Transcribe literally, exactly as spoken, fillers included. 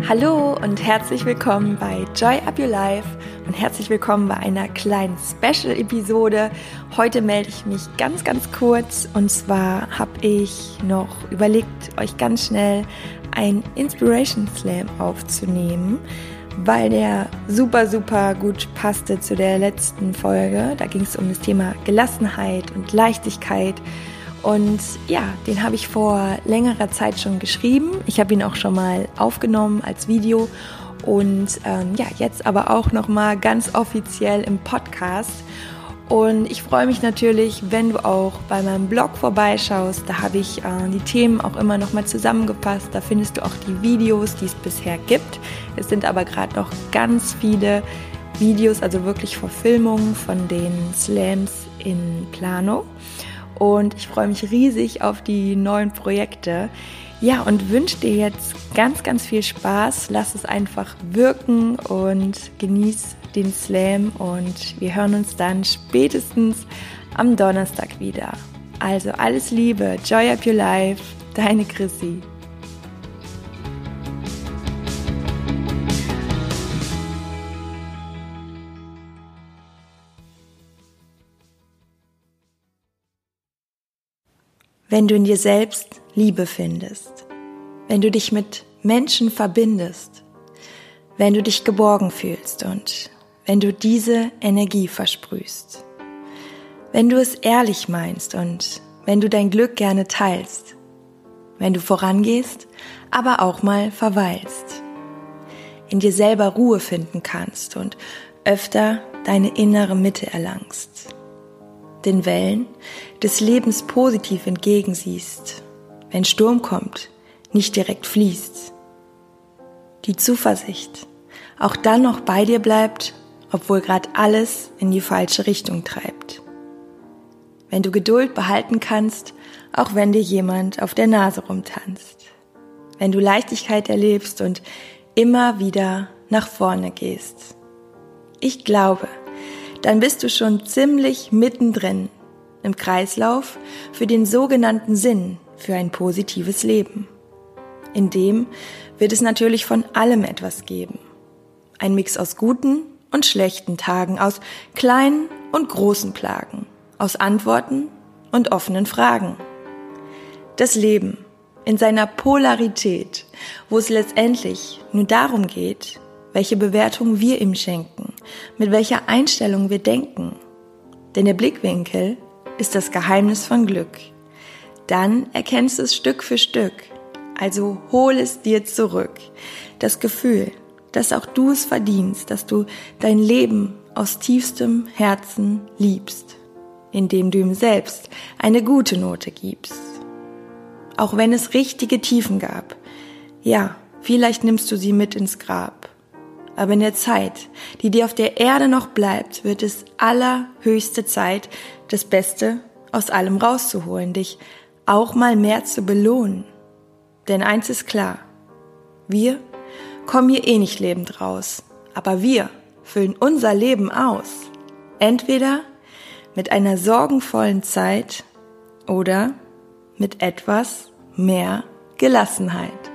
Hallo und herzlich willkommen bei Joy Up Your Life und herzlich willkommen bei einer kleinen Special-Episode. Heute melde ich mich ganz, ganz kurz und zwar habe ich noch überlegt, euch ganz schnell ein Inspiration Slam aufzunehmen, weil der super, super gut passte zu der letzten Folge. Da ging es um das Thema Gelassenheit und Leichtigkeit. Und ja, den habe ich vor längerer Zeit schon geschrieben. Ich habe ihn auch schon mal aufgenommen als Video und ähm, ja, jetzt aber auch nochmal ganz offiziell im Podcast. Und ich freue mich natürlich, wenn du auch bei meinem Blog vorbeischaust. Da habe ich äh, die Themen auch immer nochmal zusammengefasst. Da findest du auch die Videos, die es bisher gibt. Es sind aber gerade noch ganz viele Videos, also wirklich Verfilmungen von den Slams in Planung. Und ich freue mich riesig auf die neuen Projekte. Ja, und wünsche dir jetzt ganz, ganz viel Spaß. Lass es einfach wirken und genieß den Slam. Und wir hören uns dann spätestens am Donnerstag wieder. Also alles Liebe, Joy Up Your Life, deine Chrissy. Wenn du in dir selbst Liebe findest, wenn du dich mit Menschen verbindest, wenn du dich geborgen fühlst und wenn du diese Energie versprühst, wenn du es ehrlich meinst und wenn du dein Glück gerne teilst, wenn du vorangehst, aber auch mal verweilst, in dir selber Ruhe finden kannst und öfter deine innere Mitte erlangst, den Wellen des Lebens positiv entgegensiehst, wenn Sturm kommt, nicht direkt fließt. Die Zuversicht auch dann noch bei dir bleibt, obwohl gerade alles in die falsche Richtung treibt. Wenn du Geduld behalten kannst, auch wenn dir jemand auf der Nase rumtanzt. Wenn du Leichtigkeit erlebst und immer wieder nach vorne gehst. Ich glaube, dann bist du schon ziemlich mittendrin im Kreislauf für den sogenannten Sinn für ein positives Leben. In dem wird es natürlich von allem etwas geben. Ein Mix aus guten und schlechten Tagen, aus kleinen und großen Plagen, aus Antworten und offenen Fragen. Das Leben in seiner Polarität, wo es letztendlich nur darum geht, welche Bewertung wir ihm schenken, mit welcher Einstellung wir denken. Denn der Blickwinkel ist das Geheimnis von Glück. Dann erkennst du es Stück für Stück. Also hol es dir zurück. Das Gefühl, dass auch du es verdienst, dass du dein Leben aus tiefstem Herzen liebst, indem du ihm selbst eine gute Note gibst. Auch wenn es richtige Tiefen gab. Ja, vielleicht nimmst du sie mit ins Grab. Aber in der Zeit, die dir auf der Erde noch bleibt, wird es allerhöchste Zeit, das Beste aus allem rauszuholen, dich auch mal mehr zu belohnen. Denn eins ist klar, wir kommen hier eh nicht lebend raus, aber wir füllen unser Leben aus. Entweder mit einer sorgenvollen Zeit oder mit etwas mehr Gelassenheit.